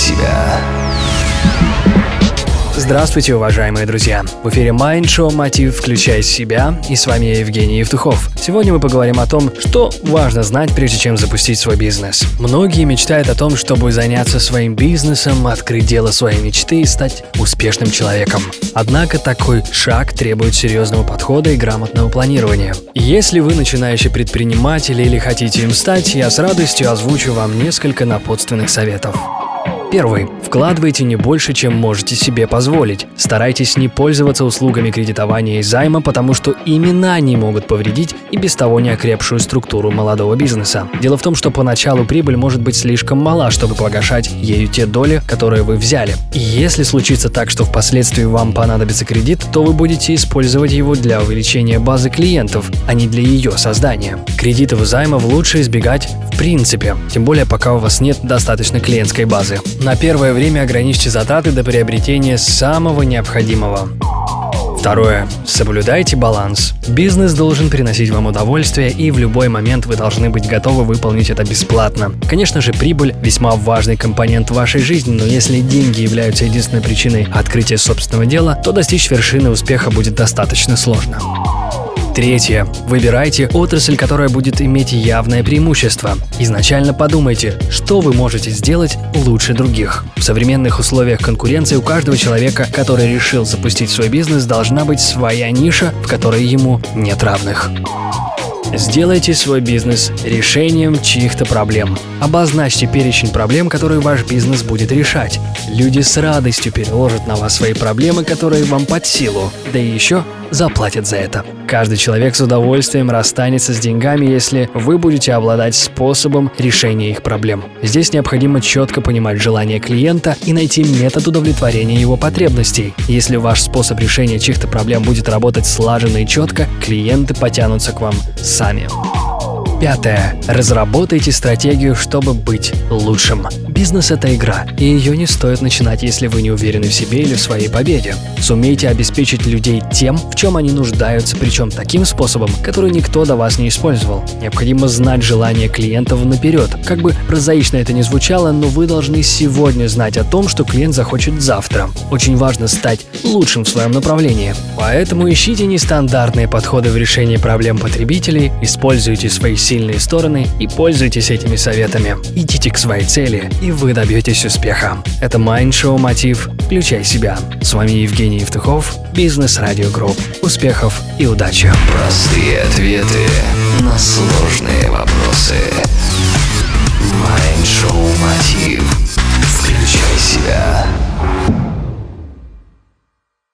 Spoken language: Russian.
себя». Здравствуйте, уважаемые друзья! В эфире Mind Show «Мотив. Включай себя», и с вами я, Евгений Евтухов. Сегодня мы поговорим о том, что важно знать, прежде чем запустить свой бизнес. Многие мечтают о том, чтобы заняться своим бизнесом, открыть дело своей мечты и стать успешным человеком. Однако такой шаг требует серьезного подхода и грамотного планирования. Если вы начинающий предприниматель или хотите им стать, я с радостью озвучу вам несколько напутственных советов. Первый. Вкладывайте не больше, чем можете себе позволить. Старайтесь не пользоваться услугами кредитования и займа, потому что именно они могут повредить и без того неокрепшую структуру молодого бизнеса. Дело в том, что поначалу прибыль может быть слишком мала, чтобы погашать ею те доли, которые вы взяли. И если случится так, что впоследствии вам понадобится кредит, то вы будете использовать его для увеличения базы клиентов, а не для ее создания. Кредитов и займов лучше избегать в принципе, тем более пока у вас нет достаточной клиентской базы. На первое время ограничьте затраты до приобретения самого необходимого. Второе. Соблюдайте баланс. Бизнес должен приносить вам удовольствие, и в любой момент вы должны быть готовы выполнить это бесплатно. Конечно же, прибыль – весьма важный компонент вашей жизни, но если деньги являются единственной причиной открытия собственного дела, то достичь вершины успеха будет достаточно сложно. Третье. Выбирайте отрасль, которая будет иметь явное преимущество. Изначально подумайте, что вы можете сделать лучше других. В современных условиях конкуренции у каждого человека, который решил запустить свой бизнес, должна быть своя ниша, в которой ему нет равных. Сделайте свой бизнес решением чьих-то проблем. Обозначьте перечень проблем, которые ваш бизнес будет решать. Люди с радостью переложат на вас свои проблемы, которые вам под силу, да и еще заплатят за это. Каждый человек с удовольствием расстанется с деньгами, если вы будете обладать способом решения их проблем. Здесь необходимо четко понимать желания клиента и найти метод удовлетворения его потребностей. Если ваш способ решения чьих-то проблем будет работать слаженно и четко, клиенты потянутся к вам сами. Пятое. Разработайте стратегию, чтобы быть лучшим. Бизнес – это игра, и ее не стоит начинать, если вы не уверены в себе или в своей победе. Сумейте обеспечить людей тем, в чем они нуждаются, причем таким способом, который никто до вас не использовал. Необходимо знать желания клиентов наперед. Как бы прозаично это ни звучало, но вы должны сегодня знать о том, что клиент захочет завтра. Очень важно стать лучшим в своем направлении. Поэтому ищите нестандартные подходы в решении проблем потребителей, используйте свои сильные стороны и пользуйтесь этими советами. Идите к своей цели, и вы добьетесь успеха. Это Mind Show «Мотив. Включай себя». С вами Евгений Евтухов, Бизнес Радио Групп. Успехов и удачи! Простые ответы на сложные вопросы.